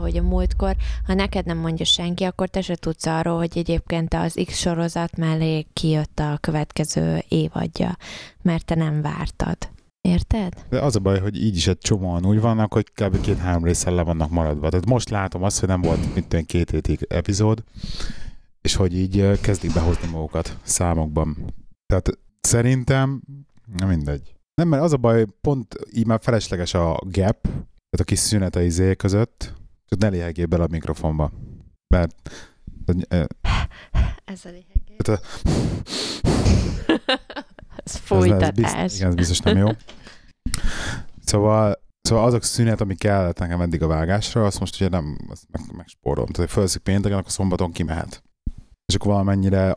hogy a múltkor, ha neked nem mondja senki, akkor te se tudsz arról, hogy egyébként az X sorozat mellé kijött a következő évadja, mert te nem vártad. Érted? De az a baj, hogy így is egy csomóan úgy vannak, hogy kb. 2-3 részsel le vannak maradva. Tehát most látom azt, hogy nem volt mint 2 hétig epizód, és hogy így kezdik behozni magukat számokban. Tehát szerintem, mindegy. Nem, mert az a baj, pont így már felesleges a gap, tehát a kis szünet a izé között, csak ne léhegjél bele a mikrofonba. Mert... Ez a lényeg. Ez folytatás. Igen, ez biztos nem jó. Szóval azok szünet, ami kellett nekem eddig a vágásra, azt most ugye nem megspórolom. Tehát, hogy felszik pénteken, akkor szombaton kimehet. És akkor valamennyire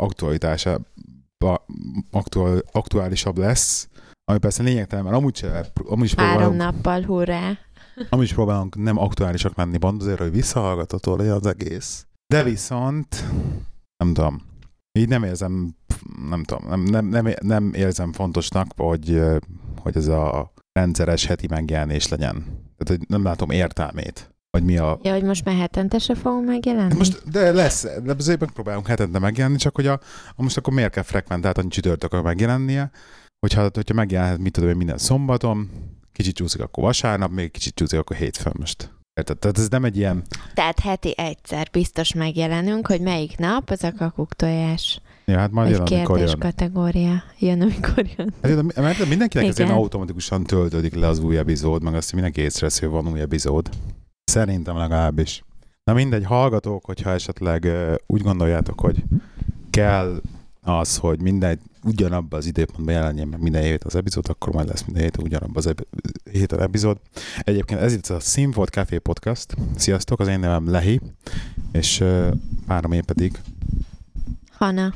aktuálisabb lesz, ami persze lényegtelen, mert amúgy is 3 nappal, hurrá! Amúgy is próbálunk nem aktuálisak lenni, pont azért, hogy visszahallgatható legyen az egész. De viszont, nem tudom, így nem érzem, nem érzem fontosnak, hogy ez a rendszeres heti megjelenés legyen. Tehát, hogy nem látom értelmét. Hogy mi a... Ja, hogy most már hetente se fogunk megjelenni? De lesz, de azért megpróbálunk hetente megjelenni, csak hogy most akkor miért kell frekventáltan csütörtökön megjelennie, hogyha megjelenhet, mit tudom én, minden szombaton, kicsit csúszik, akkor vasárnap, még kicsit csúszik, akkor hétfőn most. Érted? Tehát ez nem egy ilyen... Tehát heti egyszer biztos megjelenünk, hogy melyik nap, az a kakuktojás. Ja, hát majd jön, amikor jön. Kategória. Jön, amikor jön. Hát, mert mindenkinek ez ilyen automatikusan töltődik le az új epizód, meg azt, hogy mindenki észreveszi, hogy van új epizód. Szerintem legalábbis. Na mindegy, hallgatók, hogyha esetleg úgy gondoljátok, hogy kell az, hogy ugyanabban az időpontban jelenjen meg minden hét az epizód, akkor majd lesz minden héten ugyanabban az héten epizód. Egyébként ez itt a Színfolt Café Podcast. Sziasztok, az én nevem Lehi, és páromé pedig Hanna.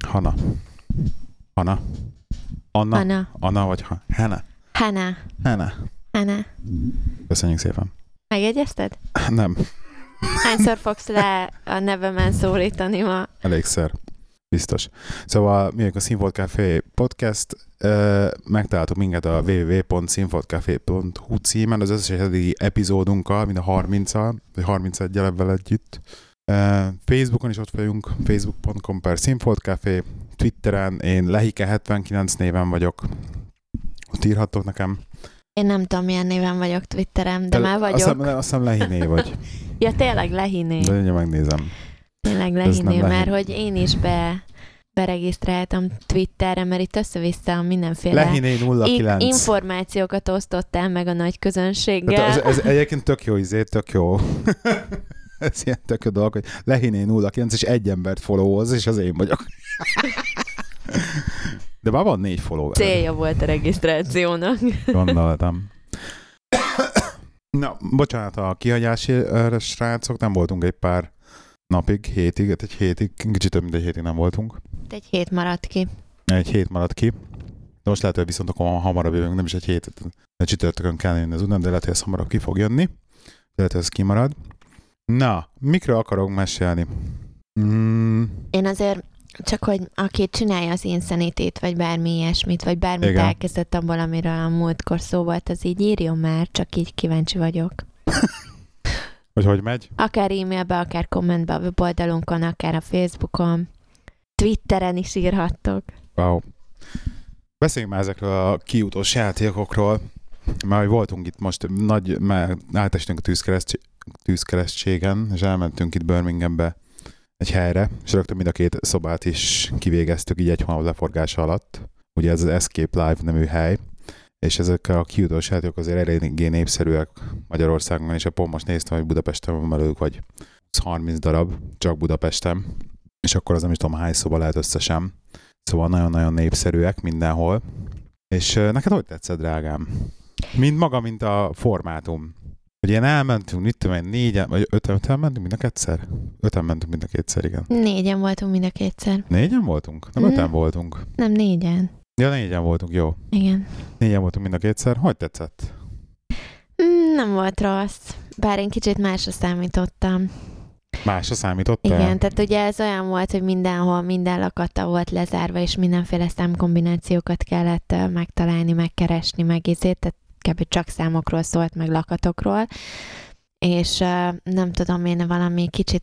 Anna vagy Hanna? Hanna. Köszönjük szépen. Megjegyezted? Nem. Hányszor fogsz le a nevemen szólítani ma? Elégszer. Biztos. Szóval mi a Színfolt Café Podcast, megtaláltok minket a www.színfoltcafé.hu címen, az összes eddigi epizódunkkal, mind a 30-al, vagy 31-el ebben együtt. Facebookon is ott vagyunk, facebook.com/színfoltcafé, Twitteren én Lehike79 néven vagyok, ott írhattok nekem. Én nem tudom, milyen néven vagyok Twitteren, de már vagyok. Azt hiszem Lehiné vagy. Ja, tényleg Lehiné. De ugye megnézem. Tényleg Lehiné, mert hogy én is beregisztráltam Twitterre, mert itt össze-vissza mindenféle Lehiné 09. Információkat osztottál meg a nagy közönséggel. Ez egyébként tök jó. Ez ilyen tök jó dolog, hogy Lehiné 09 és 1 embert followolsz, és az én vagyok. De már van 4 follower. Célja volt a regisztrációnak. Gondoltam. Na, bocsánat a kihagyásra, srácok, nem voltunk egy pár napig, hétig, kicsit több mint egy hétig nem voltunk. Egy hét maradt ki. De most lehet, hogy viszont akkor hamarabb jövünk, nem is egy hét, de csütörtökön kell jönni az utána, de lehet, hogy ez hamarabb ki fog jönni. Lehet, hogy ez kimarad. Na, mikről akarok mesélni? Én azért csak, hogy aki csinálja az Insanity-t, vagy bármi ilyesmit, vagy bármit igen. elkezdett abból, amiről a múltkor szó volt, az így írjon már, csak így kíváncsi vagyok. Hogy megy? Akár e-mailbe, akár kommentbe a weboldalunkon, akár a Facebookon, Twitteren is írhattok. Wow. Beszéljünk már ezekről a kijutós játékokról, mert voltunk itt most mert átestünk a tűzkeresztségen, és elmentünk itt Birminghambe egy helyre, és rögtön mind a 2 szobát is kivégeztük így egy hónap leforgása alatt. Ugye ez az Escape Live nevű hely, és ezek a kijutós játékok azért eléggé népszerűek Magyarországon, és pont most néztem, hogy Budapesten van belőlük vagy 30 darab, csak Budapesten, és akkor az nem is tudom hány szoba lehet összesen. Szóval nagyon-nagyon népszerűek mindenhol. És neked hogy tetszett, drágám? Mint a formátum. Hogy ilyen elmentünk, mit tudom én, 4-en, vagy 5-en mentünk mind a kétszer? 5-en mentünk mind a kétszer, igen. 4-en voltunk mind a kétszer. 4-en voltunk? Nem 5-en voltunk. Nem, 4-en. Ja, 4-en voltunk, jó. Igen. 4-en voltunk mind a kétszer. Hogy tetszett? Nem volt rossz. Bár én kicsit másra számítottam. Másra számítottál? Igen, tehát ugye ez olyan volt, hogy mindenhol minden lakata volt lezárva, és mindenféle számkombinációkat kellett megtalálni, megkeresni, tehát kb. Csak számokról szólt, meg lakatokról. és nem tudom, én valami kicsit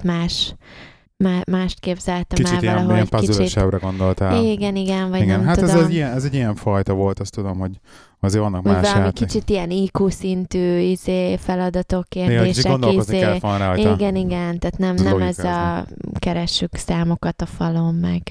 mást képzeltem Kicsit el valahogy. Ilyen puzzle-esebbre gondoltál. Igen, vagy Igen, nem hát tudom. ez egy ilyen fajta volt, azt tudom, hogy azért vannak Vagy más valami játék. kicsit ilyen IQ szintű feladatok, Igen, kicsit kérdések. gondolkozni kell van rajta. Igen, tehát nem ez a keressük számokat a falon, meg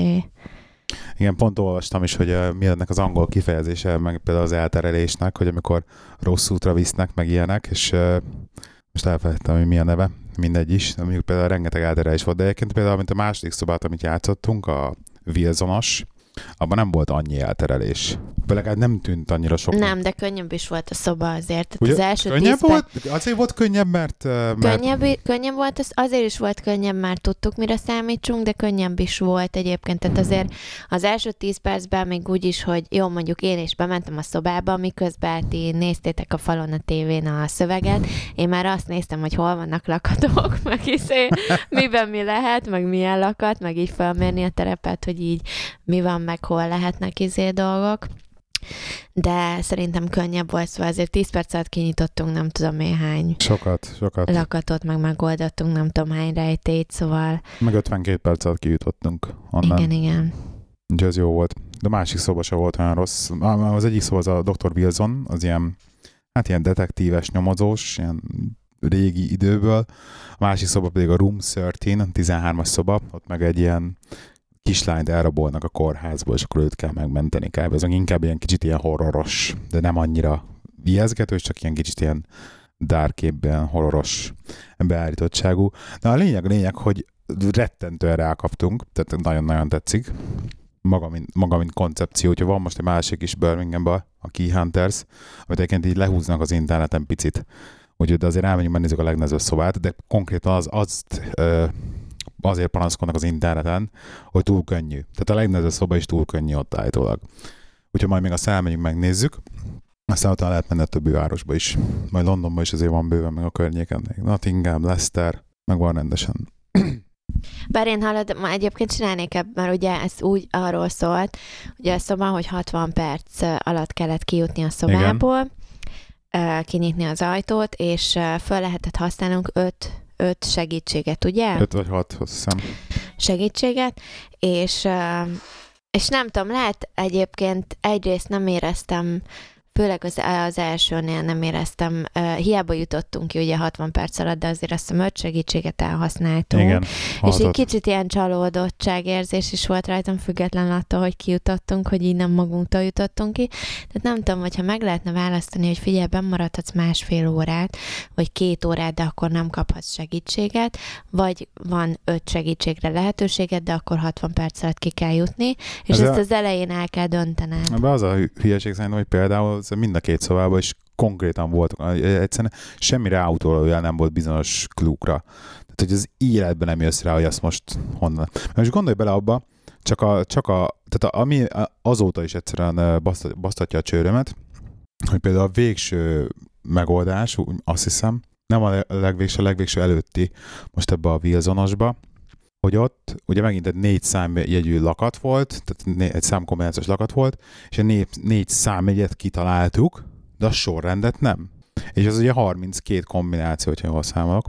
Igen, pont olvastam is, hogy mi ennek az angol kifejezése, meg például az elterelésnek, hogy amikor rossz útra visznek, meg ilyenek, és most elfelejtettem, hogy mi a neve, mindegy is, mondjuk például rengeteg elterelés volt, de egyébként például, mint a második szobát, amit játszottunk, a Wilsonos, abban nem volt annyi elterelés. Legalább nem tűnt annyira sok. Nem, de könnyebb is volt a szoba azért. Ugye, az első könnyebb volt? Azért volt könnyebb, mert... Könnyebb volt, azért is volt könnyebb, mert tudtuk, mire számítsunk, de könnyebb is volt egyébként. Tehát azért az első 10 percben még úgy is, hogy jó, mondjuk én is bementem a szobába, miközben ti néztétek a falon a tévén a szöveget. Én már azt néztem, hogy hol vannak lakatok, meg miben mi lehet, meg milyen lakat, meg így felmérni a terepet, hogy így mi van, meg hol lehetnek dolgok. De szerintem könnyebb volt, szóval azért 10 perc alatt kinyitottunk nem tudom én hány sokat lakatot, meg megoldottunk nem tudom hány rejtélyt, szóval... Meg 52 perc alatt kijutottunk onnan. Igen. Úgyhogy ez jó volt. De a másik szoba se volt olyan rossz. Az egyik szoba az a Dr. Wilson, az ilyen detektíves, nyomozós, ilyen régi időből. A másik szoba pedig a Room 13, 13-as szoba, ott meg egy ilyen kislányt elrabolnak a kórházból, és akkor őt kell megmenteni. Ez inkább ilyen kicsit ilyen horroros, de nem annyira ijesztgető, csak ilyen kicsit ilyen darkébb, ilyen horroros beállítottságú. De a lényeg, hogy rettentően rákaptunk, tehát nagyon-nagyon tetszik. Maga, mint koncepció, hogyha van most egy másik is Birminghamben, a Key Hunters, amit egyébként így lehúznak az interneten picit. Úgyhogy de azért elmenjünk, megnézzük a legnagyobb szobát, de konkrétan azért panaszkodnak az interneten, hogy túl könnyű. Tehát a legnagyobb szoba is túl könnyű ott állítólag. Úgyhogy majd még azt elmegyünk, megnézzük. Aztán utána lehet menni a többi városba is. Majd Londonban is azért van bőven, meg a környéken. Nottingham, Leicester, meg van rendesen. Bár én hallod, ma egyébként csinálnék ebben, mert ugye ez úgy arról szólt, ugye a szoba, hogy 60 perc alatt kellett kijutni a szobából, kinyitni az ajtót, és föl lehetett használnunk 5 segítséget, ugye? 5 vagy 6, azt hiszem. Segítséget, és nem tudom, lehet egyébként egyrészt nem éreztem, főleg az elsőnél nem éreztem, hiába jutottunk ki ugye 60 perc alatt, de azért azt a 5 segítséget elhasználtunk. Igen, és egy kicsit ilyen csalódottságérzés is volt rajtam, független attól, hogy kijutottunk, hogy így nem magunktól jutottunk ki. Tehát nem tudom, hogyha meg lehetne választani, hogy figyelj, bennmaradhatsz másfél órát, vagy 2 órát, de akkor nem kaphatsz segítséget, vagy van 5 segítségre lehetőséged, de akkor 60 perc alatt ki kell jutni, és ezt az elején el kell döntened. Ebben az a hülyeség szerintem, hogy például mind a 2 szobában is konkrétan voltak. Egyszerűen semmi ráutolójel nem volt bizonyos klúkra. Tehát, hogy az életben nem jössz rá, hogy azt most honnan. Most gondolj bele abba, tehát ami azóta is egyszerűen basztatja a csőrömet, hogy például a végső megoldás, azt hiszem, nem a legvégső előtti, most ebbe a Wilsonosba, hogy ott ugye megint egy 4 számjegyű lakat volt, tehát egy számkombinációs lakat volt, és a 4 számjegyet kitaláltuk, de a sorrendet nem. És az ugye 32 kombináció, hogyha jól számolok.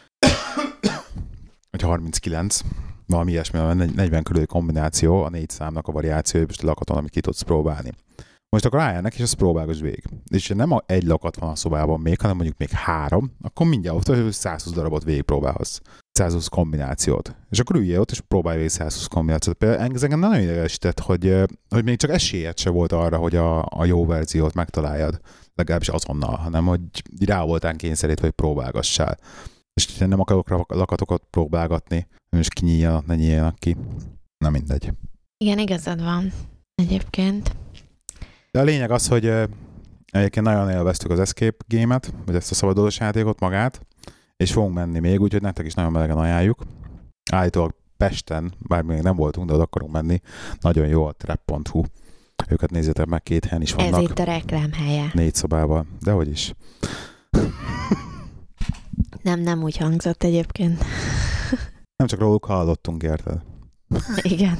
Vagy 39, valami ilyesmi, 40 körüli kombináció, a 4 számnak a variációja, és a lakaton, amit ki tudsz próbálni. Most akkor álljanak, és ezt próbálgass végig. És ha nem egy lakat van a szobában még, hanem mondjuk még 3, akkor mindjárt ott 120 darabot végigpróbálhatsz. 120 kombinációt. És akkor üljél ott, és próbálj végig 120 kombinációt. Például ez engem nagyon idegesített, hogy még csak esélyed se volt arra, hogy a jó verziót megtaláljad. Legalábbis azonnal, hanem hogy rá voltál kényszerítve, hogy próbálgassál. És nem akarok lakatokat próbálgatni, és kinyíljanak, ne nyíljanak ki. Na mindegy. Igen, igazad van egyébként. De a lényeg az, hogy egyébként nagyon élveztük az Escape Game-et, vagy ezt a szabadulós játékot magát, és fogunk menni még, úgyhogy nektek is nagyon melegen ajánljuk. Állítólag Pesten, bár még nem voltunk, de oda akarunk menni, nagyon jó a trap.hu. Őket nézzétek meg, 2 helyen is vannak. Ez itt a reklám helye. 4 szobával, de hogy is. Nem úgy hangzott egyébként. Nem csak róluk hallottunk, érted? Igen.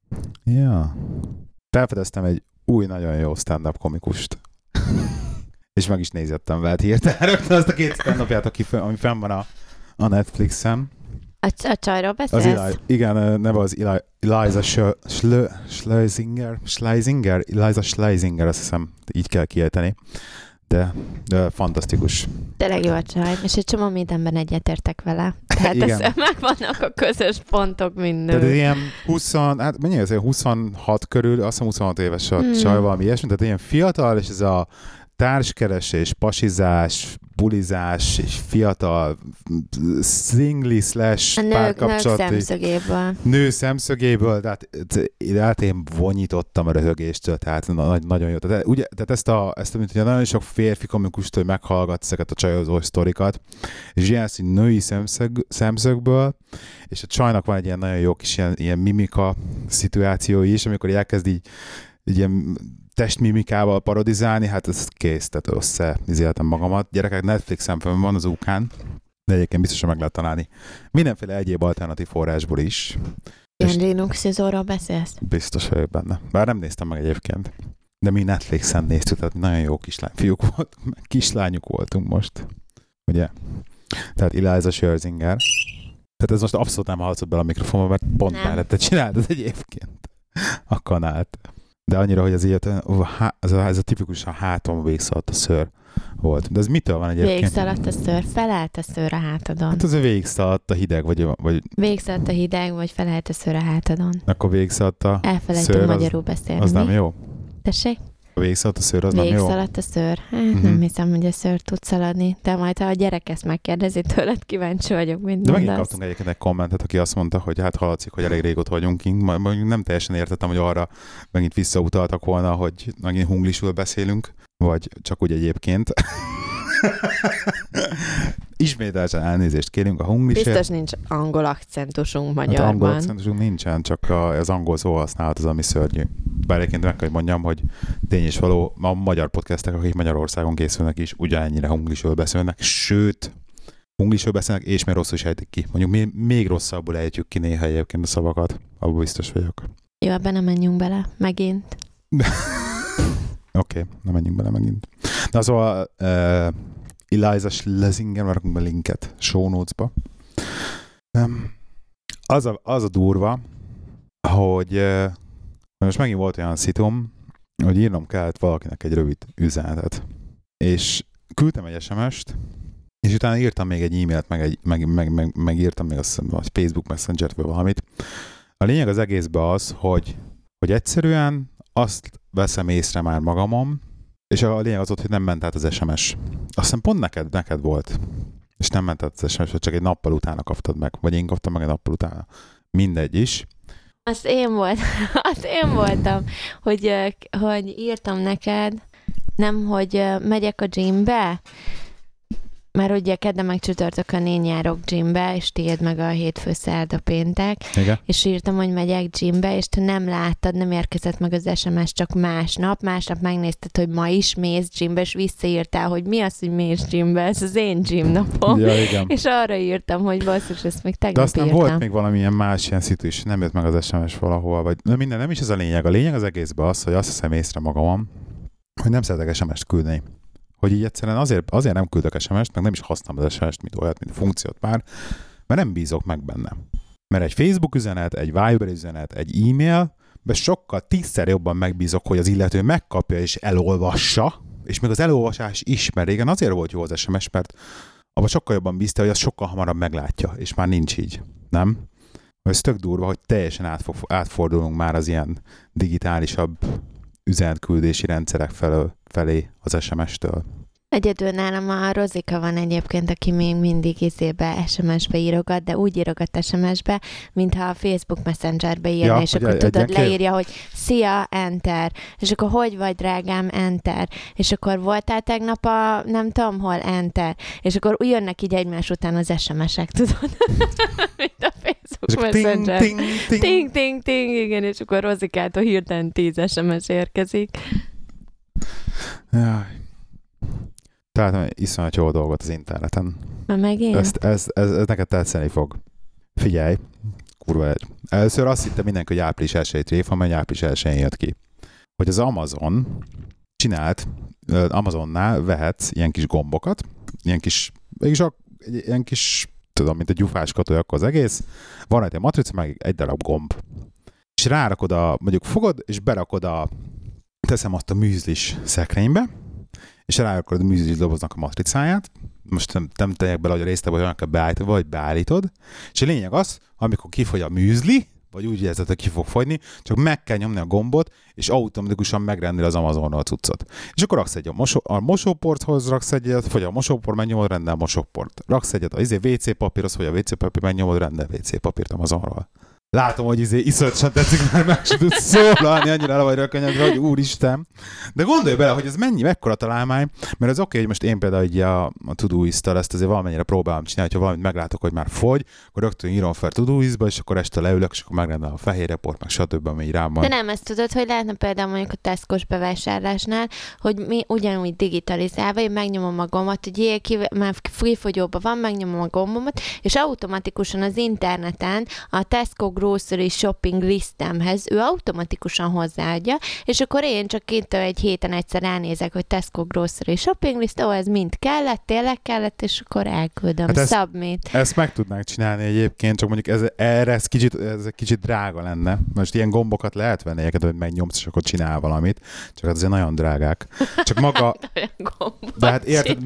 Ja. Felfedeztem egy új, nagyon jó stand-up komikust. És meg is nézettem veled hirtelen rögtön azt a 2 stand-upját, ami fenn van a Netflixen. A csajról beszélsz? Igen, neve az Eliza Schlesinger, Eliza Schlesinger, azt hiszem, így kell kiejteni. De fantasztikus. Tényleg jó a csaj, és egy csomó mindenben egyetértek vele. Tehát megvannak a közös pontok minden. Tehát ilyen 26 körül, azt hiszem 26 éves a csaj, valami ilyesmi, tehát ilyen fiatal, és ez a társkeresés, pasizás, bulizás, és fiatal szingli / párkapcsolati. Nő szemszögéből, tehát én vonyítottam a röhögéstől, tehát nagyon jó. Tehát ezt mint ugye nagyon sok férfi komikustól meghallgat ezeket a csajozó sztorikat, és ilyen női szemszögből, és a csajnak van egy ilyen nagyon jó kis ilyen mimika szituáció is, amikor elkezd így ilyen testmimikával parodizálni, hát ez kész, tehát összeizéltem magamat. Gyerekek, Netflixen fönn van az UK-n, de egyébként biztosan meg lehet találni mindenféle egyéb alternatív forrásból is. Ilyen Linux-izóról beszélsz? Biztos vagyok benne. Bár nem néztem meg egyébként. De mi Netflixen néztük, tehát nagyon jó fiúk voltunk, kislányuk voltunk most. Ugye? Tehát Eliza Schlesinger. Tehát ez most abszolút nem hallatszott bele a mikrofonba, mert pont mellette csináltad egyébként a kanált. De annyira, hogy ez a tipikus a háton végszaladt a szőr volt. De ez mitől van egyébként? Végszaladt a szőr, felállt a szőr a hátadon. Hát az a végszaladt a hideg, vagy... Végszaladt a hideg, vagy felállt a szőr a hátadon. Akkor végszaladt a elfelejtünk magyarul beszélni. Az nem jó? Tessék? A végszaladt a szőr, az nem jó? Végszaladt a szőr. Nem hiszem, hogy a szőr tud szaladni, de majd ha a gyerek ezt megkérdezi tőled, kíváncsi vagyok, mit mondasz. De megint kaptunk egyébként egy kommentet, aki azt mondta, hogy hát hallatszik, hogy elég régóta vagyunk kint. Nem teljesen értettem, hogy arra megint visszautaltak volna, hogy megint hunglisul beszélünk, vagy csak úgy egyébként. Ismételten elnézést kérünk a hunglisért. Biztos nincs angol akcentusunk magyarban. Hát angol akcentusunk nincsen, csak az angol szóhasználat az, ami szörnyű. Bár egyébként meg kell, hogy mondjam, hogy tény és való, a magyar podcastek, akik Magyarországon készülnek is, ugyanennyire hunglisül beszélnek, sőt, hunglisül beszélnek, és még rosszul is ejtik ki. Mondjuk még rosszabbul ejtjük ki néha egyébként a szavakat. Abban biztos vagyok. Jó, ebben nem menjünk bele, megint. Oké, nem menjünk bele megint. Na szóval Eliza Schlesinger, már rakunk be linket show notes-ba. Az a durva, hogy most megint volt olyan szitum, hogy írnom kellett valakinek egy rövid üzenetet. És küldtem egy SMS-t, és utána írtam még egy e-mailt, meg írtam még azt hiszem, Facebook Messenger-t vagy valamit. A lényeg az egészben az, hogy egyszerűen azt veszem észre már magamon, és a lényeg az ott, hogy nem ment át az SMS. Azt hiszem pont neked volt. És nem ment át az SMS, hogy csak egy nappal utána kaptad meg. Vagy én kaptam meg egy nappal utána. Mindegy is. Az én voltam, hogy írtam neked, nem, hogy megyek a gymbe, mert ugye kedden meg csütörtökön én járok gymbe, és tiéd meg a hétfő, szerda, péntek. Igen. És írtam, hogy megyek gymbe, és te nem láttad, nem érkezett meg az SMS, csak másnap megnézted, hogy ma is mész gymbe, és visszaírtál, hogy mi az, hogy mész gymbe, ez az én gym napom. Ja, igen. És arra írtam, hogy basszus, ezt még tegnap de aztán írtam. Volt még valamilyen más ilyen szitu is, nem jött meg az SMS valahol, vagy minden, nem is ez a lényeg. A lényeg az egészben az, hogy azt hiszem észre magamon, hogy nem szeretek SMS-t küldeni. Hogy így egyszerűen azért nem küldök SMS-t, meg nem is használom az SMS-t, mint olyat, mint funkciót már, mert nem bízok meg benne. Mert egy Facebook üzenet, egy Viber üzenet, egy e-mail, de sokkal 10-szer jobban megbízok, hogy az illető megkapja és elolvassa, és még az elolvasás is, mert régen azért volt jó az SMS, mert abban sokkal jobban bízta, hogy az sokkal hamarabb meglátja, és már nincs így, nem? Ez tök durva, hogy teljesen átfordulunk már az ilyen digitálisabb üzenetküldési rendszerek felé az SMS-től. Egyedül nálam a Rozika van egyébként, aki még mindig SMS-be írogat, de úgy írogat SMS-be, mintha a Facebook Messengerbe írna, és akkor tudod, leírja, hogy szia, enter, és akkor hogy vagy, drágám, enter, és akkor voltál tegnap nem tudom hol, enter, és akkor jönnek így egymás után az SMS-ek, tudod, mint a Facebook Messenger. Ting, igen, és akkor Rozikától hirtelen 10 SMS érkezik. Jaj. Tehát iszonyat jó dolgot az interneten. Na megint? Ez neked tetszeni fog. Figyelj, kurva egy. Először azt hittem mindenki, hogy április 1-i tréfa, mert április 1-én jött ki. Hogy az Amazon csinált, Amazonnál vehetsz ilyen kis gombokat, ilyen kis, tudom, mint egy gyufás katolyak az egész, van egy matrica, meg egy darab gomb. És rárakod mondjuk fogod, és berakod teszem azt a műzlis szekrénybe, és rárakod a műzlis doboznak a matricáját, most nem tegyek bele, hogy a részletbe, hogy olyan kell beállítani, vagy beállítod, és a lényeg az, amikor kifogy a műzli, vagy úgy érzed, hogy ki fog fogyni, csak meg kell nyomni a gombot, és automatikusan megrendel az Amazonról a cuccot. És akkor raksz egy a mosóporthoz, raksz egyet, fogy a mosópor, megnyomod, rendel mosóport. Raksz egyet a WC papírhoz, vagy a WC papír, megnyomod, rendel WC papírt Amazonról. Látom, hogy iszonyatosan tetszik, mert meg sem tudsz szólalni, annyira el vagy rökönyödve, hogy úristen. De gondolj bele, hogy ez mekkora találmány, mert az oké, hogy most én például így a Todoist-tal ezt azért valamennyire próbálom csinálni, hogyha valamit meglátok, hogy már fogy, akkor rögtön írom fel Todoist-ba, és akkor este leülök, és akkor megrendel a fehér report, meg stb. Ami rám van. De nem ezt tudod, hogy lehetne például mondjuk a Tesco-s bevásárlásnál, hogy mi ugyanúgy digitalizálva, én megnyomom a gombot, hogy már kifogyóban van, megnyomom a gombomat, és automatikusan az interneten a Tesco grocery shopping listemhez ő automatikusan hozzáadja, és akkor én csak egy héten egyszer ránézek, hogy Tesco grocery shopping list, ez mind tényleg kellett, és akkor elküldöm. Hát Submit. Ezt meg tudnánk csinálni egyébként, csak mondjuk ez kicsit drága lenne. Most ilyen gombokat lehet venni, hogy megnyomsz, és akkor csinál valamit, csak azért nagyon drágák. Csak maga... De hát érted,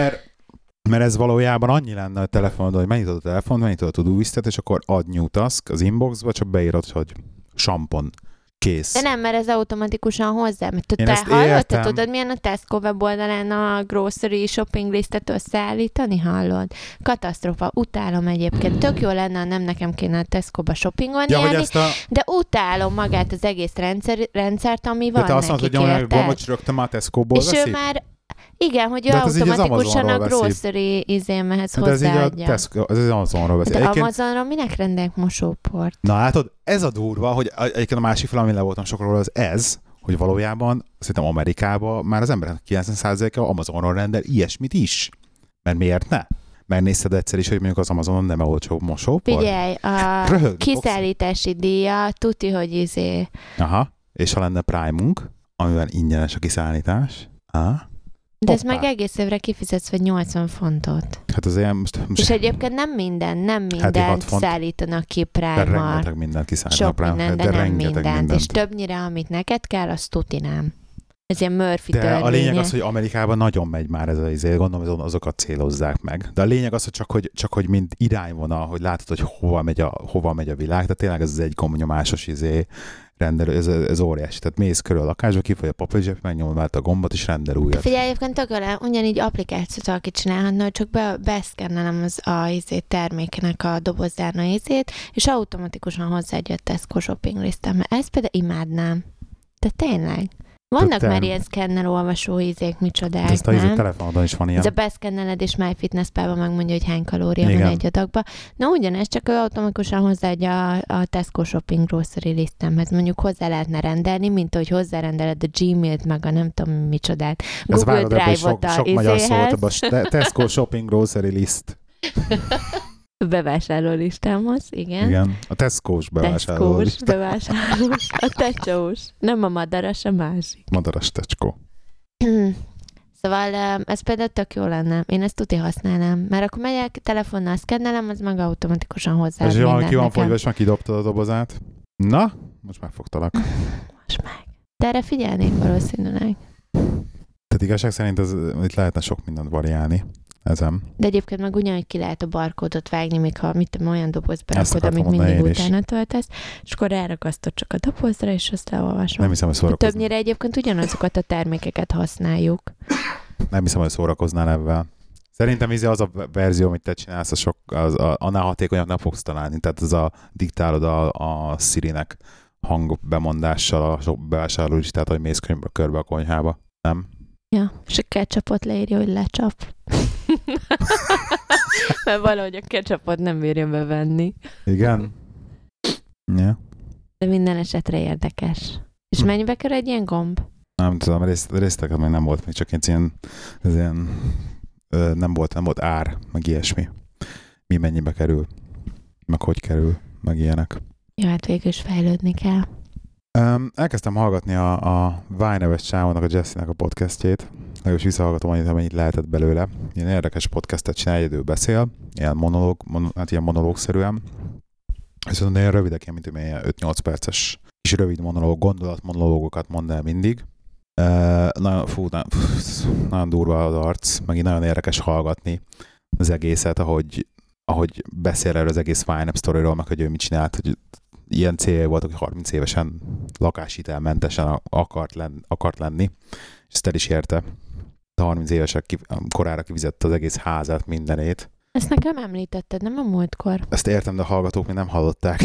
mert ez valójában annyi lenne a telefonod, hogy megnyitod a telefont, megnyitod a Todoistet, és akkor add new task az inboxba, csak beírod, hogy sampon. Kész. De nem, mert ez automatikusan hozzá. Te hallottad, tudod, milyen a Tesco weboldalán a grocery shopping listet összeállítani, hallod? Katasztrófa, utálom egyébként. Tök jó lenne, ha nem nekem kéne a Tesco-ba shoppingolni, de utálom magát az egész rendszert, ami van nekik, érted? De te azt mondod, hogy a gombot rögtön már a Tesco-ból veszi? És ő már igen, hogy ő automatikusan a grocery izémhez hozzáadja. Ez az Amazonról veszi. De Amazonról minek rendelek mosóport? Na látod, ez a durva, hogy egyébként a másik fel, amin le voltam sokról, az ez, hogy valójában szerintem Amerikában már az emberek 90%-a Amazonról rendel ilyesmit is. Mert miért ne? Megnézted egyszer is, hogy mondjuk az Amazonon nem olcsó mosópor? Figyelj, a kiszállítási díja, tuti, hogy Aha, és ha lenne Prime-unk, amivel ingyenes a kiszállítás, de ezt meg egész évre kifizetsz, vagy 80 fontot. Hát az ilyen most... És egyébként nem minden szállítanak ki Prime-mal. De rengeteg mindent kiszállítanak Prime-mal. Sok minden, de nem mindent. És többnyire, amit neked kell, az tuti nem. Ez ilyen Murphy törvénye. De a lényeg az, hogy Amerikában nagyon megy már ez az izé, gondolom, azokat célozzák meg. De a lényeg az, hogy csak hogy mint irányvonal, hogy látod, hogy hova megy a világ, tehát tényleg ez egy gombnyomásos rendelő, ez óriási. Tehát mész körül a lakásba, kifogy a papírzseb, megnyomod már a gombot, és rendel újat. Figyelj, egyébként tökölem, ugyanígy applikációt valaki csinálhatna, hogy csak beszkennelem a termékenek a dobozzárna és automatikusan hozzáadja a Tesco shopping listem. Ezt például imádnám. De tényleg. Vannak már ilyen szkennel olvasó micsodák, ezt a telefonodon is van ilyen. Ez a beszkenneled, és MyFitnessPal-ban megmondja, hogy hány kalória van egy adagba. Na ugyanez, csak ő automatikusan hozzáadja a Tesco shopping grocery listemhez. Mondjuk hozzá lehetne rendelni, mint hogy hozzárendeled a Gmailt, meg a nem tudom micsodát. Google Drive-ot sok magyar szólt, a Tesco shopping grocery list. Bevásárlólistámhoz, igen. Igen, a Tesco-s bevásárlólista. A tecsós. Nem a madaras, a másik. Madaras tecskó. Szóval ez például tök jó lenne. Én ezt tuti használnám. Mert akkor megyek, telefonnal szkennelem, az meg automatikusan hozzá. És van, ki van fogyva, és már kidobtad a dobozát. Na, most megfogtalak. Most meg. De erre figyelnék valószínűleg. Tehát igazság szerint itt lehetne sok mindent variálni. Ezen. De egyébként meg ugyanúgy ki lehet a barkódot vágni, még ha olyan dobozba rakod, amit mindig utána töltesz, és akkor rárakasztod csak a dobozra, és azt leolvasom. Nem hiszem, hogy szórakoznál. Többnyire egyébként ugyanazokat a termékeket használjuk. Nem hiszem, hogy szórakoznál ebben. Szerintem az a verzió, amit te csinálsz, annál hatékonyabb nem fogsz találni. Tehát ez diktálod a Siri-nek hangbemondással a bevásárlólistát, hogy mész körbe a konyhába. Nem? Ja, és a ketchupot leírja, hogy lecsap. Mert valahogy a ketchupot nem bírja bevenni. Igen? Ja. De minden esetre érdekes. És mennyibe kerül egy ilyen gomb? Nem tudom, részleteket még nem volt, még csak ilyen nem volt ár, meg ilyesmi. Mi mennyibe kerül, meg hogy kerül, meg ilyenek. Ja, hát végül is fejlődni kell. Elkezdtem hallgatni a Y neves csávónak, a Jesse-nek a podcastjét. Legalábbis visszahallgatom annyit, amennyit lehetett belőle. Ilyen érdekes podcastet csinál, egyedül beszél. Ilyen ilyen monológszerűen. Viszont ilyen rövidek, ilyen, mint ilyen 5-8 perces kis rövid gondolatmonológokat mond el mindig. Nagyon durva az arc, meg így nagyon érdekes hallgatni az egészet, ahogy beszél erről az egész YNAB sztoriról, meg hogy ő mit csinált, hogy ilyen célja volt, hogy 30 évesen lakáshitelmentesen akart lenni, és ezt el is érte. A 30 évesek korára kifizette az egész házát, mindenét. Ezt nekem említetted, nem a múltkor? Ezt értem, de a hallgatók még nem hallották.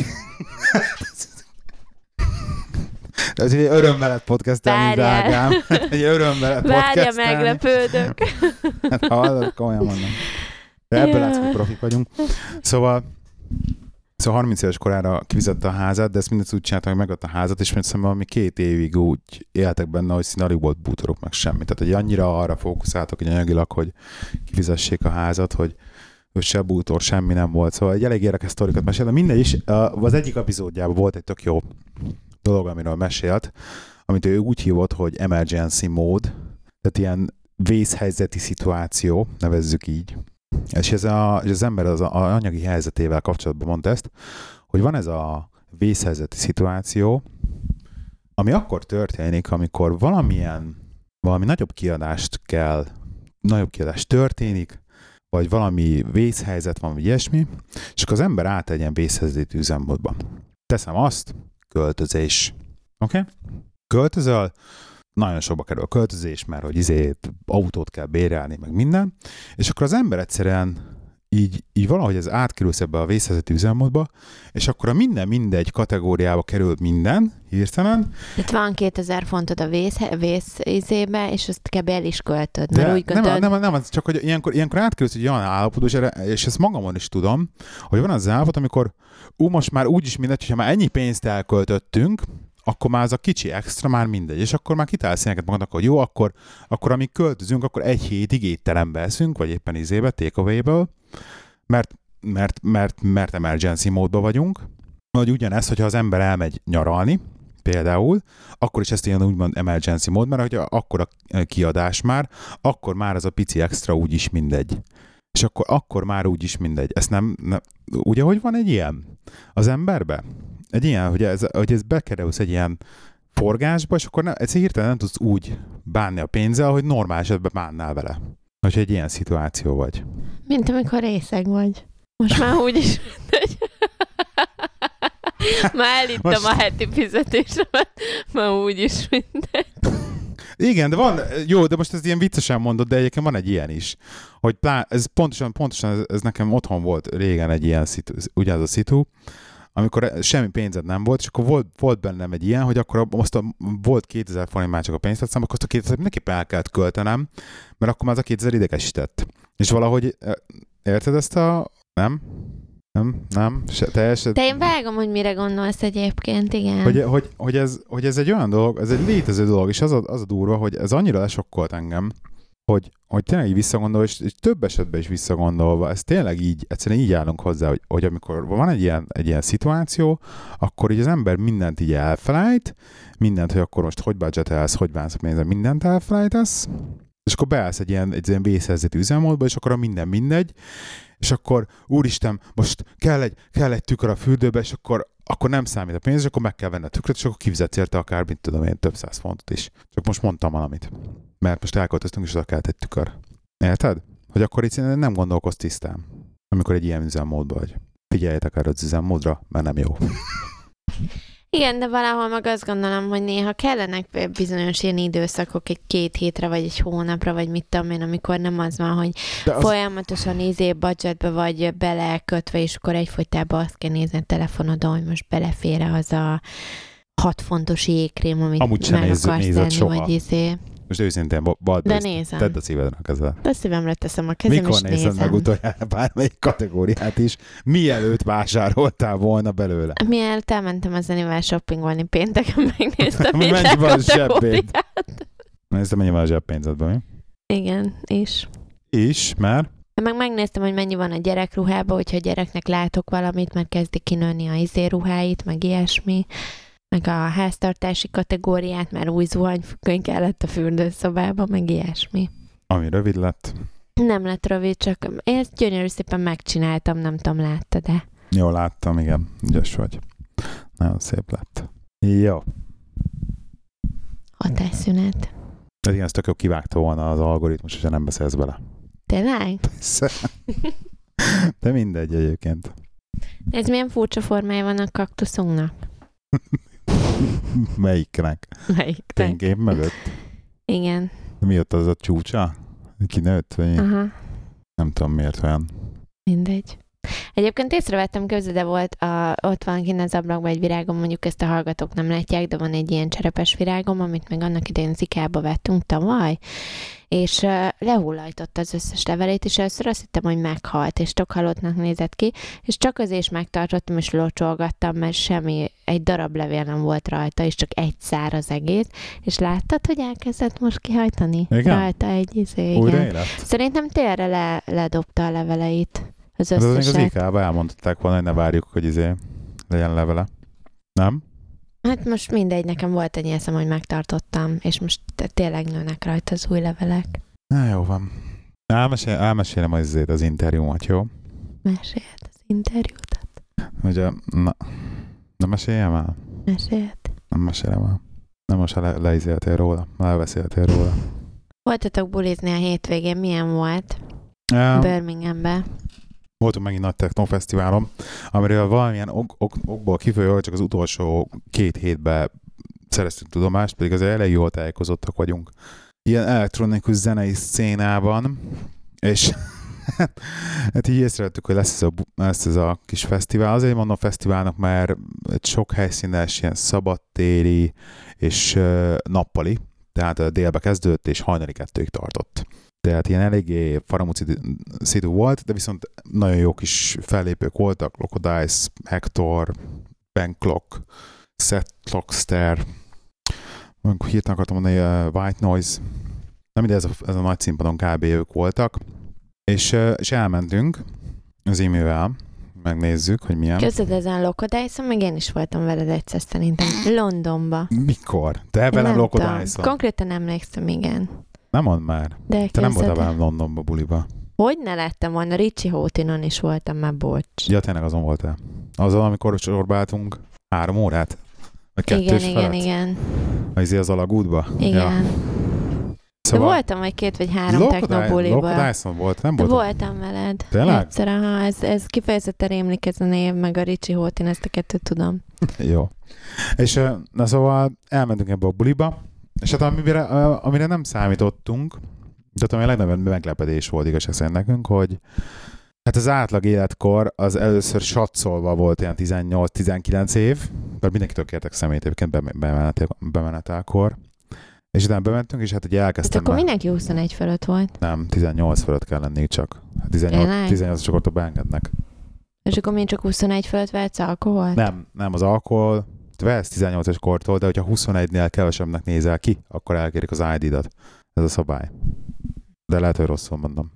Ez egy örömmel lett podcastelni, drágám. Egy örömmel lett podcastelni. Várja, meglepődök. Hát hallod, komolyan mondom. De ebből látsz, hogy profik vagyunk. Szóval 30 éves korára kifizette a házat, de ezt mindezt úgy csináltam, hogy megvett a házat, és mondjuk valami 2 évig úgy éltek benne, hogy szinte alig volt bútorok meg semmi. Tehát, hogy annyira arra fókuszáltak, hogy anyagilag, hogy kifizessék a házat, hogy se bútor, semmi nem volt. Szóval egy elég érdekes sztorikat mesélt, de mindegy is. Az egyik epizódjában volt egy tök jó dolog, amiről mesélt, amit ő úgy hívott, hogy emergency mode, tehát ilyen vészhelyzeti szituáció, nevezzük így. És ez az ember az anyagi helyzetével kapcsolatban mondta ezt, hogy van ez a vészhelyzeti szituáció, ami akkor történik, amikor valami nagyobb kiadás történik, vagy valami vészhelyzet van, vagy ilyesmi, és akkor az ember át egy ilyen vészhelyzeti üzemmódba. Teszem azt, költözés. Oké? Költözöl, nagyon sokba kerül a költözés, mert hogy autót kell bérelni, meg minden, és akkor az ember egyszerűen így valahogy ez átkerülsz ebbe a vészhelyzeti üzemmódba, és akkor a mindegy kategóriába kerül minden, hirtelen. Itt van 2000 fontod a vész izébe, és azt kb. El is költöd, mert úgy gondolod... Nem, csak hogy ilyenkor átkerülsz egy olyan állapotba, és ezt magamon is tudom, hogy van az állapot, amikor most már úgyis mindegy, hogyha már ennyi pénzt elköltöttünk, akkor már az a kicsi extra már mindegy, és akkor már kitálsz ilyeneket magadnak, hogy jó, akkor amíg költözünk, akkor 1 hétig étterembe eszünk, vagy éppen takeaway-ből, mert emergency módban vagyunk. Vagy ugyanez, hogyha az ember elmegy nyaralni, például, akkor is ezt ilyen úgymond emergency mód, mert hogyha akkor a kiadás már, akkor már az a pici extra úgyis mindegy. És akkor már úgyis mindegy. Ezt nem ugye, hogy van egy ilyen az emberbe? Egy ilyen, hogy ez bekerülsz egy ilyen forgásba, és akkor ez hirtelen nem tudsz úgy bánni a pénzzel, hogy normál esetben bánnál vele. Hogyha egy ilyen szituáció vagy. Mint amikor részeg vagy. Most már úgyis mindegy. Már elittem a heti fizetésemet, már úgyis mindegy. Igen, de van, jó, de most ez ilyen viccesen mondod, de egyébként van egy ilyen is. Hogy ez pontosan ez nekem otthon volt régen egy ilyen szitu, ugye ez a szitu, amikor semmi pénzed nem volt, és akkor volt bennem egy ilyen, hogy akkor volt 2000 forint már csak a pénztárcám, akkor azt a 2000 mindenképpen el kellett költenem, mert akkor már az a 2000 idegesített. És valahogy, érted ezt a... Nem, teljesen... De én vágom, hogy mire gondolsz egyébként, igen. Hogy ez egy olyan dolog, ez egy létező dolog, és az a durva, hogy ez annyira lesokkolt engem, hogy tényleg így visszagondolva, és több esetben is visszagondolva, ez tényleg így, egyszerűen így állunk hozzá, hogy amikor van egy ilyen szituáció, akkor így az ember mindent így elfelejt, mindent, hogy akkor most hogy budgetelsz, hogy bánsz a pénzzel, mindent elfelejtesz, és akkor beállsz egy ilyen vészhelyzeti üzemmódba, és akkor a minden mindegy, és akkor úristen, most kell egy tükör a fürdőbe, és akkor nem számít a pénz, és akkor meg kell venni a tükröt, és akkor kifizetsz érte akár, mint tudom én, több 100 fontot is. Csak most mondtam valamit. Mert most elköltöztünk, és oda kellett egy tükör. Érted? Hogy akkor itt nem gondolkozz tisztán, amikor egy ilyen üzemmódban vagy. Figyeljetek erre az üzemmódra, mert nem jó. Igen, de valahol meg azt gondolom, hogy néha kellenek bizonyos ilyen időszakok egy 2 hétre, vagy egy hónapra, vagy mit tudom én, amikor nem az van, hogy folyamatosan budgetbe vagy belekötve, és akkor egyfolytában azt kell nézni a telefonodon, hogy most belefér az a 6 fontos jégkrém, amit amúgy meg akarsz tenni, vagy Most őszintén, tedd a szívedre a kezed. De a szívemre teszem a kezem, mikor nézed meg utoljára bármelyik kategóriát is, mielőtt vásároltál volna belőle? Mielőtt elmentem a Zenivel shoppingolni pénteken, megnéztem mennyi van a zsebbéd? Néztem, mennyi van a zsebbpénzedben, mi? Igen, is. Is, mert? Meg megnéztem, hogy mennyi van a gyerekruhába, hogyha a gyereknek látok valamit, mert kezdi kinőni a ruháit, meg ilyesmi. meg a háztartási kategóriát, már új zuhanyfüggöny kellett a fürdőszobába, meg ilyesmi. Ami rövid lett. Nem lett rövid, csak én ezt gyönyörű szépen megcsináltam, nem tudom, láttad-e? Jó, láttam, igen. Ügyes vagy. Nagyon szép lett. Jó. Hatásszünet. Ez igen, ez tök jó, kivágta volna az algoritmus, hogyha nem beszélsz bele. Tényleg? De mindegy egyébként. Ez milyen furcsa formája van a kaktuszunknak? Melyiknek? Melyik? Ténykép mögött? Igen. Mi jött az a csúcsa? Kinőtt? Vagy Aha. nem tudom miért olyan. Mindegy. Egyébként észrevettem, de volt, ott van kint az ablakban egy virágom, mondjuk ezt a hallgatók nem látják, de van egy ilyen cserepes virágom, amit meg annak idején Zikába vettünk tavaly, és lehullajtott az összes levelét, és először azt hittem, hogy meghalt, és tök halottnak nézett ki, és csak azért is megtartottam, és locsolgattam, mert egy darab levél nem volt rajta, és csak egy szár az egész, és láttad, hogy elkezdett most kihajtani? Igen? Rajta egy igen. Újra élet? Szerintem térre ledobta a leveleit. Az De az még az összeset. IK-ba elmondták volna, hogy ne várjuk, hogy legyen levele. Nem? Hát most mindegy, nekem volt egy eszem, hogy megtartottam, és most tényleg nőnek rajta az új levelek. Na, jó van. Elmesélem az interjúmat, jó? Mesélt az interjútat. Ugye, na meséljem el? Mesélt. Nem mesélem el. Nem most leizéltél róla, elbeszéltél róla. Voltatok bulizni a hétvégén, milyen volt? Birminghamben. Voltunk megint nagy technofesztiválon, amiről valamilyen okból kifolyólag csak az utolsó 2 hétben szereztünk tudomást, pedig azért elég jól tájékozottak vagyunk. Ilyen elektronikus zenei szcénában, és hát így észrevettük, hogy lesz ez a kis fesztivál. Azért mondom fesztiválnak, mert egy sok helyszínes, ilyen szabadtéri és nappali, tehát délbe kezdődött és hajnali 2-ig tartott. Tehát ilyen eléggé faramúci szitu volt, de viszont nagyon jó kis fellépők voltak, Locodice, Hector, Banklock, Set Clockster, hirtelen akartam mondani, White Noise, nem ide ez a nagy színpadon kb. Ők voltak, és elmentünk az e-mailvel, megnézzük, hogy milyen. Közöd ezen Locodice-on, meg én is voltam veled egyszer szerintem, Londonba. Mikor? Te velem Locodice-on? Konkrétan emlékszem, igen. Nem mondd már. De te nem voltál velem Londonba buliba. Hogy ne lettem volna? Richie Houghtonon is voltam már, bocs. Ja, tényleg azon voltál. Azon, amikor sorbáltunk 3 órát? Vagy 2 igen. Az alagútba? Igen. Ja. Szóval... De voltam vagy 2 vagy 3 technobuliba. Locodice-on volt, nem voltam? Voltam veled. Tényleg? Egyszer, ez kifejezetten rémlik ez a név, meg a Richie Houghton, ezt a 2 tudom. Jó. És na szóval elmentünk ebbe a buliba, és hát amire nem számítottunk, tehát ami a legnagyobb meglepedés volt igazság szerint nekünk, hogy hát az átlag életkor az először satszolva volt ilyen 18-19 év, mert mindenkitől kértek szemét egyébként bemenetelkor, és utána bementünk, és hát ugye elkezdtem. Hát akkor mindenki 21 fölött volt. Nem, 18 fölött kell lenni csak. 18 csak ott beengednek. És akkor mind csak 21 fölött vehetsz alkoholt? Nem, az alkohol vesz 18-es kortól, de hogyha 21-nél kevesebbnek nézel ki, akkor elkérik az ID-dat. Ez a szabály. De lehet, hogy rosszul mondom.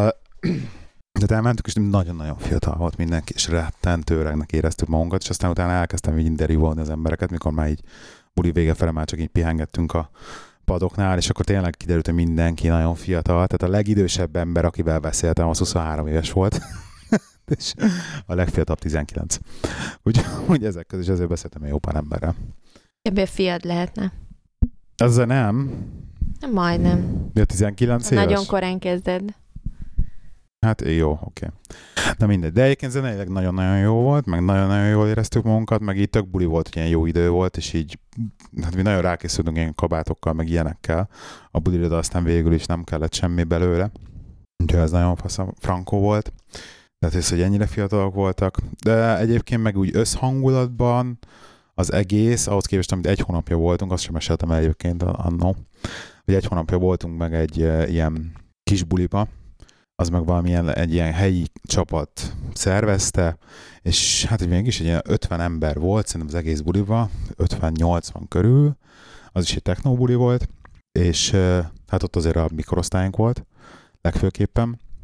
De elmentük, és nagyon-nagyon fiatal volt mindenki, és rettentő öregnek éreztük magunkat, és aztán utána elkezdtem így interjúolni az embereket, mikor már így buli vége fele már csak így pihengettünk a padoknál, és akkor tényleg kiderült, hogy mindenki nagyon fiatal. Tehát a legidősebb ember, akivel beszéltem, az 23 éves volt. És a legfiatalabb 19. Úgyhogy ezek közül is ezért beszéltem egy jó pár emberrel. Ebből fiad lehetne. Ezzel nem. Majdnem. De 19 éves? Nagyon korán kezded. Hát jó, oké. Na mindegy. De egyébként zeneileg nagyon-nagyon jó volt, meg nagyon-nagyon jól éreztük magunkat, meg így tök buli volt, hogy ilyen jó idő volt, és így hát mi nagyon rákészültünk ilyen kabátokkal, meg ilyenekkel. A bulira, de aztán végül is nem kellett semmi belőle. Úgyhogy ez nagyon frankó volt. Tehát ez, hogy ennyire fiatalok voltak. De egyébként meg úgy összhangulatban az egész, ahhoz képest, amit 1 hónapja voltunk, azt sem meséltem el egyébként annó, hogy 1 hónapja voltunk meg egy ilyen kis buliba, az meg valamilyen egy ilyen helyi csapat szervezte, és hát hogy mégis egy ilyen 50 ember volt, szerintem az egész buliba, 50-80 körül, az is egy technobuli volt, és hát ott azért a mikorosztályunk volt, legfőképpen,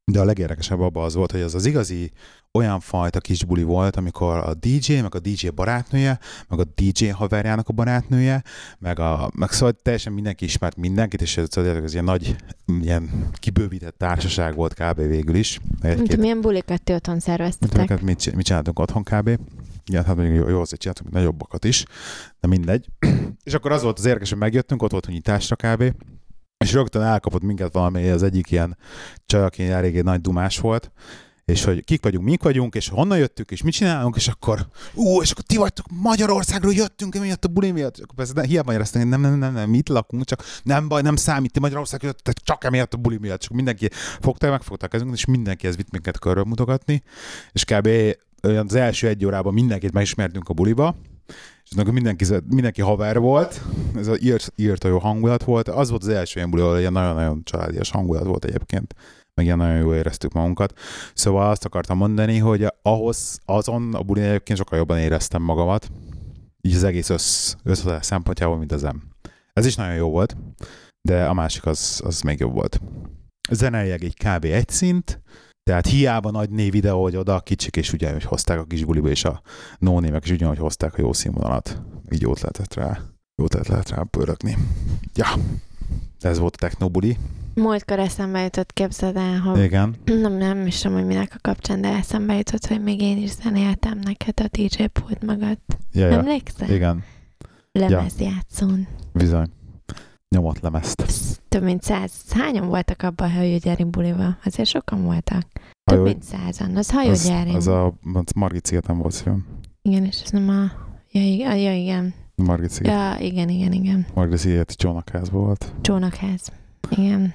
De a legérdekesebb abban az volt, hogy az igazi olyan fajta kis buli volt, amikor a DJ, meg a DJ barátnője, meg a DJ haverjának a barátnője, meg szóval teljesen mindenki ismert mindenkit, és ez ilyen nagy, ilyen kibővített társaság volt kb. Végül is. Milyen bulikat ti otthon szerveztetek? Mit csináltunk otthon kb. Igen, hát mondjuk jó, azért csináltunk nagyobbakat is, de mindegy. És akkor az volt az érdekes, hogy megjöttünk, ott volt, hogy nyitásra kb. És rögtön elkapott minket valami, az egyik ilyen csaj, aki eléggé nagy dumás volt, és hogy kik vagyunk, mik vagyunk, és honnan jöttünk, és mit csinálunk, és akkor és akkor ti vagytok Magyarországról jöttünk, emiatt a buli miatt, és akkor persze hiába magyaráztam, hogy nem, itt lakunk, csak nem baj, nem számít, ti Magyarországról jöttek, csak emiatt a buli miatt, csak mindenki megfogta a kezünket, és mindenkihez vitt minket körül mutogatni, és kb. Az első 1 órában mindenkit megismertünk a buliba, és mindenki haver volt, ez az írtó jó hangulat volt, az volt az első ilyen buli, ahol ilyen nagyon-nagyon családias hangulat volt egyébként, meg ilyen nagyon jól éreztük magunkat. Szóval azt akartam mondani, hogy azon a bulin egyébként sokkal jobban éreztem magamat, így az egész össze szempontjából, mint az M. Ez is nagyon jó volt, de a másik az még jobb volt. Zeneileg egy kb. 1 szint, tehát hiába nagy névvideó, hogy oda a kicsik, és ugye, hogy hozták a kis buliba, és a no-némek is ugyanúgy hozták a jó színvonalat. Így jót lehet rá pörögni. Ja, ez volt a technobuli. Múltkor eszembe jutott, képzeld el, hogy igen. Nem is tudom, hogy minek a kapcsán, de eszembe jutott, hogy még én is zenéltem neked a DJ pult magatt. Ja. Emlékszel? Igen. Lemezjátszón. Bizony. Nyomott lemezt. Több mint 100. Hányan voltak abban a hajógyári bulival? Azért sokan voltak. Több mint 100-an. Az hajógyári. Az Margit szigeten volt szívem. Igen, és ez nem a... Ja, igen. Margit sziget. Ja, igen. Margit sziget csónakházban volt. Csónakház. Igen.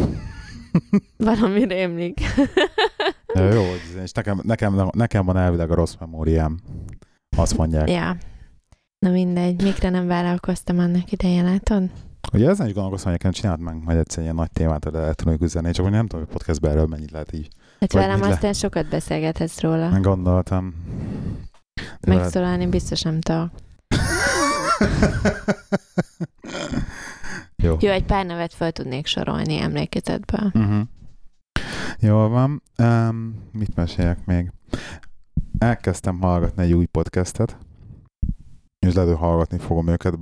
Valami rémlik. Ja, jó, és nekem van elvileg a rossz memóriám. Azt mondják. Ja. Na mindegy, mikre nem vállalkoztam annak idején, látod? Ugye ezen is gondolkoztam, hogy nekem csinált meg majd egyszer ilyen nagy témát, de el tudunk üzenni, csak nem tudom, hogy podcastben erről mennyit lehet így. Hát velem aztán sokat beszélgethetsz róla. Gondoltam. Megszólalni biztos nem tudok. Jó. Jó, egy pár nevet fel tudnék sorolni emlékezetből. Jól van. Mit meséljek még? Elkezdtem hallgatni egy új podcastet, és lehet, hogy hallgatni fogom őket,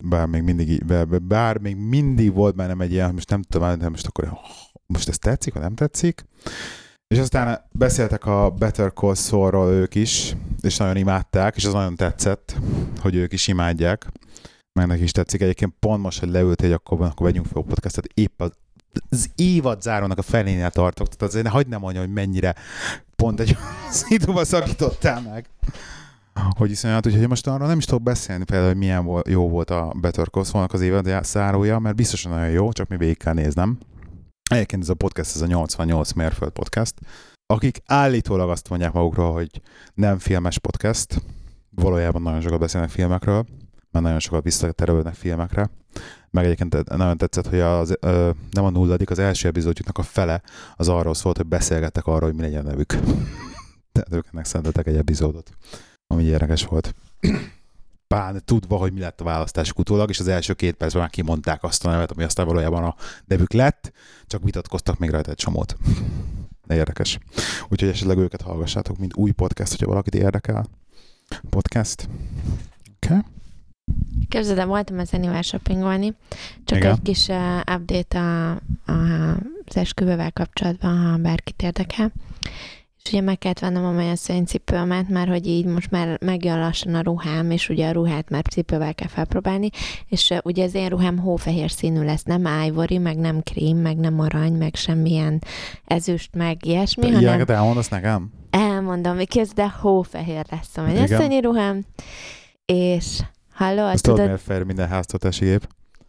bár még mindig volt bennem egy ilyen, most nem tudom, de most ez tetszik, vagy nem tetszik. És aztán beszéltek a Better Call Saul-ról ők is, és nagyon imádták, és az nagyon tetszett, hogy ők is imádják, meg neki is tetszik. Egyébként pont most, hogy leült, hogy akkor vegyünk fel a podcastet, épp az évad zárónak a felénél tartok, tehát azért hagyd nem mondja, hogy mennyire pont egy szituba szakítottál meg. Hogy iszonyat, úgyhogy most arra nem is tudok beszélni például, hogy milyen jó volt a Better Call Saul-nak az évad zárója, mert biztosan nagyon jó, csak mi végig kell néznem. Egyébként ez a podcast, ez a 88 mérföld podcast, akik állítólag azt mondják magukról, hogy nem filmes podcast, valójában nagyon sokat beszélnek filmekről, mert nagyon sokat visszaterelődnek filmekre. Meg egyébként nagyon tetszett, hogy nem a nulladik, az első epizódjuknak a fele az arról szólt, hogy beszélgettek arról, hogy mi legyen nevük. Tehát ők ennek szenteltek egy epizódot, ami érdekes volt. Pán tudva, hogy mi lett a választásuk utólag, és az első 2 percben már kimondták azt a nevet, ami aztán valójában a nevük lett, csak vitatkoztak még rajta egy csomót. De érdekes. Úgyhogy esetleg őket hallgassátok, mint új podcast, hogyha valakit érdekel. Podcast. Oké. Okay. Képzeld el, voltam az Anywhere shoppingolni, csak igen. Egy kis update az esküvővel kapcsolatban, ha bárkit érdekel. És ugye meg kellett vennem a mennyasszony cipőmet, mert hogy így most már megjön lassan a ruhám, és ugye a ruhát már cipővel kell felpróbálni, és ugye az én ruhám hófehér színű lesz, nem ivory, meg nem krém, meg nem arany, meg semmilyen ezüst, meg ilyesmi, hanem... Ilyeneket elmondasz nekem? Elmondom, hogy de hófehér lesz a mennyasszonyi ruhám, és halló, azt tudod, miért fehér minden háztartási gép?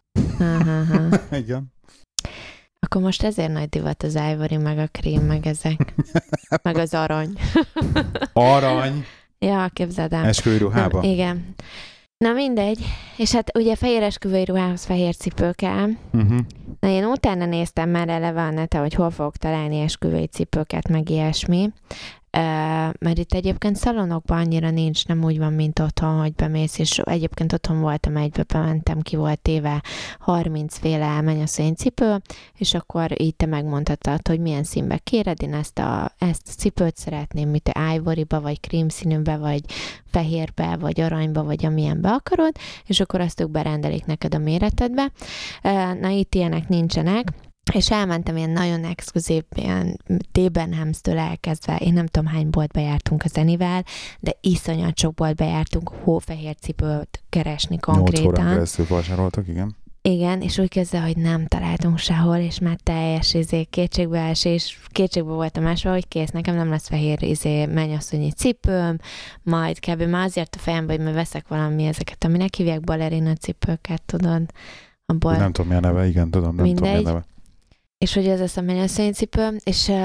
Igen. Akkor most ezért nagy divat az ivory, meg a krém, meg ezek. Meg az arany. Arany? Ja, képzeld el. Esküvői ruhába? Igen. Na mindegy. És hát ugye fehér esküvői ruhához fehér cipő kell. Na én utána néztem már eleve a neten, hogy hol fogok találni esküvői cipőket, meg ilyesmi. mert itt egyébként szalonokban annyira nincs, nem úgy van, mint otthon, hogy bemész, és egyébként otthon voltam egybe, bementem, ki volt téve 30 féle mennyasszony cipő, és akkor így te megmondhatod, hogy milyen színbe kéred, én ezt a cipőt szeretném, mint ivoryba, vagy krímszínűbe, vagy fehérbe, vagy aranyba, vagy amilyenbe akarod, és akkor azt ők berendelik neked a méretedbe. Na itt ilyenek nincsenek, és elmentem ilyen nagyon exkluzív, ilyen Debenhamstől elkezdve, én nem tudom hány boltba jártunk a Zenivel, de iszonyat sok boltba jártunk hófehér cipőt keresni konkrétan. 8 órán keresztül vásároltak, igen. Igen, és úgy kezdve, hogy nem találtunk sehol, és már teljes kétségbe voltam másra, hogy kész, nekem nem lesz fehér mennyasszonyi cipőm, majd kb. Már azért a fejembe, hogy veszek valami ezeket, aminek hívják balerina cipőket, tudod? Abból... Nem tudom, milyen neve, igen, tudom, nem tudom, milyen neve. És hogy ez lesz a mennyasszonyi cipőm,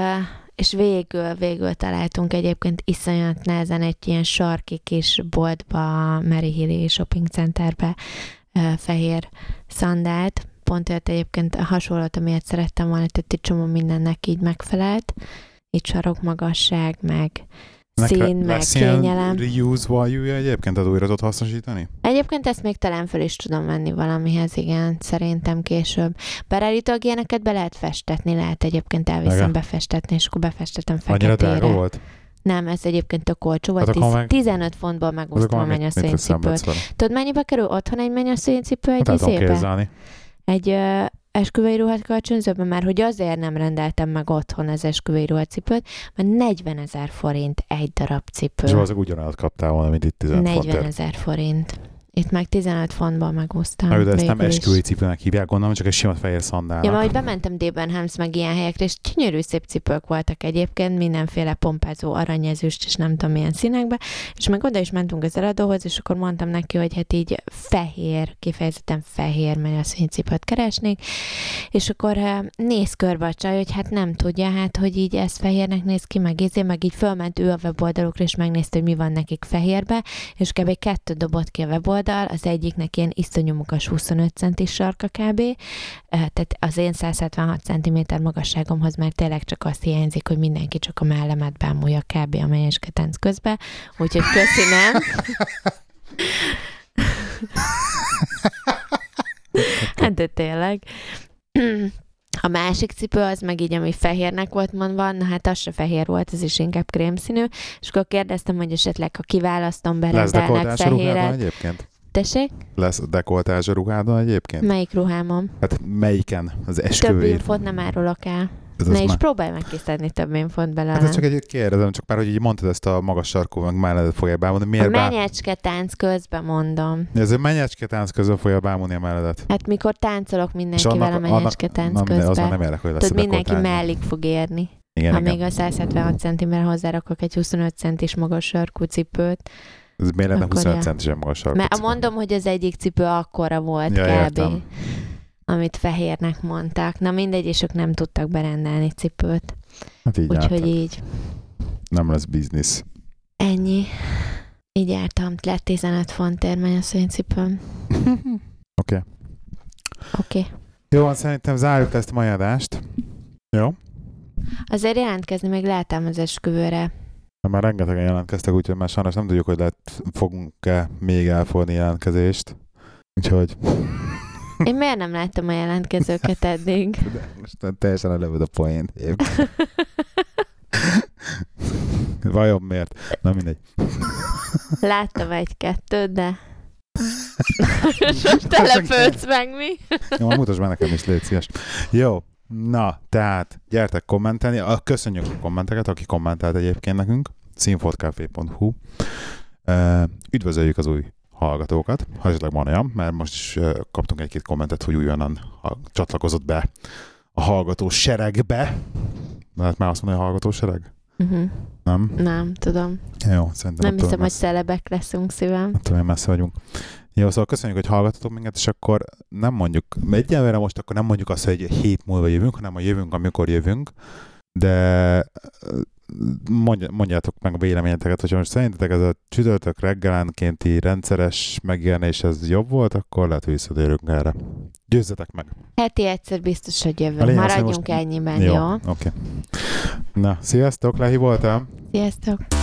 és végül találtunk egyébként iszonyat nehezen egy ilyen sarki kis boltba, Mary Hill Shopping Centerbe fehér szandált. Pont olyat egyébként hasonlót, amilyet szerettem volna, tehát egy csomó mindennek így megfelelt. Így sarokmagasság, meg szín, meg kényelem. Reuse value-ja egyébként, az újra tudod hasznosítani? Egyébként ezt még talán fel is tudom venni valamihez, igen, szerintem később. Bár állítólag ilyeneket be lehet festetni, lehet egyébként elviszem befestetni, és akkor befestetem feketére. Annyira drága volt? Nem, ez egyébként tök olcsó volt. 15 fontból megúsztam a mennyasszonyi cipőt. Tudod, mennyibe kerül otthon egy mennyasszonyi cipő egy izébe? Egy esküvői ruhát kölcsönzőben, már hogy azért nem rendeltem meg otthon az esküvői ruhacipőt, mert 40 000 forint egy darab cipő. És valószínűleg ugyanaz kaptál volna, mint itt 15 fontért. 40 000 forint. Itt meg 15 fontból megúsztam. De ezt nem esküvői cipőnek hívják, gondolom, csak egy sima fehér szandálnak. Ja, majd bementem Debenhams meg ilyen helyekre, és gyönyörű szép cipők voltak egyébként, mindenféle pompázó aranyezüst, és nem tudom milyen színekbe, és meg oda is mentünk az eladóhoz, és akkor mondtam neki, hogy hát így fehér, kifejezetten fehér mennyasszonyi cipőt keresnék, és akkor néz körbe a csaj, hogy hát nem tudja, hát hogy így ez fehérnek néz ki, meg így fölment ő a weboldalukra, és megnézte, hogy mi van nekik fehérbe, és kb. 2 dobott ki a weboldal, az egyiknek ilyen iszonyú magas 25 centis sarka kb. Tehát az én 176 cm magasságomhoz már tényleg csak azt hiányzik, hogy mindenki csak a mellemet bámulja kb. A mennyesketenc közben. Úgyhogy köszi, nem? Hát de tényleg. A másik cipő az meg így, ami fehérnek volt mondva, na hát az se fehér volt, ez is inkább krémszínű, és akkor kérdeztem, hogy esetleg ha kiválasztom, berendelnek fehéret. Egyébként? Tessék? Lesz dekoltázs a ruhádon egyébként? Melyik ruhámon? Hát melyiken? Az esküvői. Több infót nem árulok el. Ne is próbálj meg kiszedni több infót belőle. Hát ez csak egy kérdezem, csak már, hogy így mondtad ezt a magas sarkú, meg melledet fogja bámulni. Miért a mennyecske tánc közben mondom. Ez a mennyecske tánc közben fogja bámulni a melledet. Hát mikor táncolok mindenkivel a mennyecske tánc közben. Az már nem érek, hogy lesz. Tudod, mindenki mellig fog érni. Igen, ha még a 176 cm-re hozzárakok egy 25 centis magas sarkú cipőt. Ez miért lenne 25 centisen magas sarkú cipő? Mert mondom, hogy az egyik cipő akkora volt kb. Értem. Amit fehérnek mondták. Na mindegy, és ők nem tudtak berendelni cipőt. Hát így úgyhogy így. Nem lesz biznisz. Ennyi. Így jártam. Lett 15 fontért mennyasszonyi cipőm. Oké. Jó, szerintem zárjuk ezt a mai adást. Jó? Azért jelentkezni még lehetem az esküvőre. Már rengetegen jelentkeztek, úgyhogy már sajnos nem tudjuk, hogy fogunk-e még elfogadni jelentkezést. Úgyhogy... Én miért nem láttam a jelentkezőket eddig? De most teljesen elövöd a poént. Vajon miért? Na mindegy. Láttam 1-2, de... Most telepődsz meg mi? Jó, mutasd már nekem is, légy szíves. Jó, na, tehát gyertek kommentelni. Köszönjük a kommenteket, aki kommentált egyébként nekünk. Színfoltcafé.hu. Üdvözöljük az új hallgatókat, ha esetleg van olyan, mert most is kaptunk egy-két kommentet, hogy újonnan csatlakozott be a hallgató seregbe. Lehet már azt mondani, a hallgató sereg? Uh-huh. Nem? Nem, tudom. Jó, szerintem. Nem hiszem, hogy celebek leszünk szívem. Nem tudom, messze vagyunk. Jó, szóval köszönjük, hogy hallgatotok minket, és akkor nem mondjuk, egyenlőre most akkor nem mondjuk azt, hogy egy hét múlva jövünk, hanem a jövünk, amikor jövünk, de mondjátok meg a véleményeteket, hogyha most szerintetek ez a csütörtök reggelenkénti rendszeres megjelenés, ez jobb volt, akkor lehet, hogy visszatérünk erre. Győzzetek meg. Heti egyszer biztos, hogy jövök. lényeg az, hogy Maradjunk most- ennyiben, jó? Oké. Na, sziasztok, Lehi voltam. Sziasztok!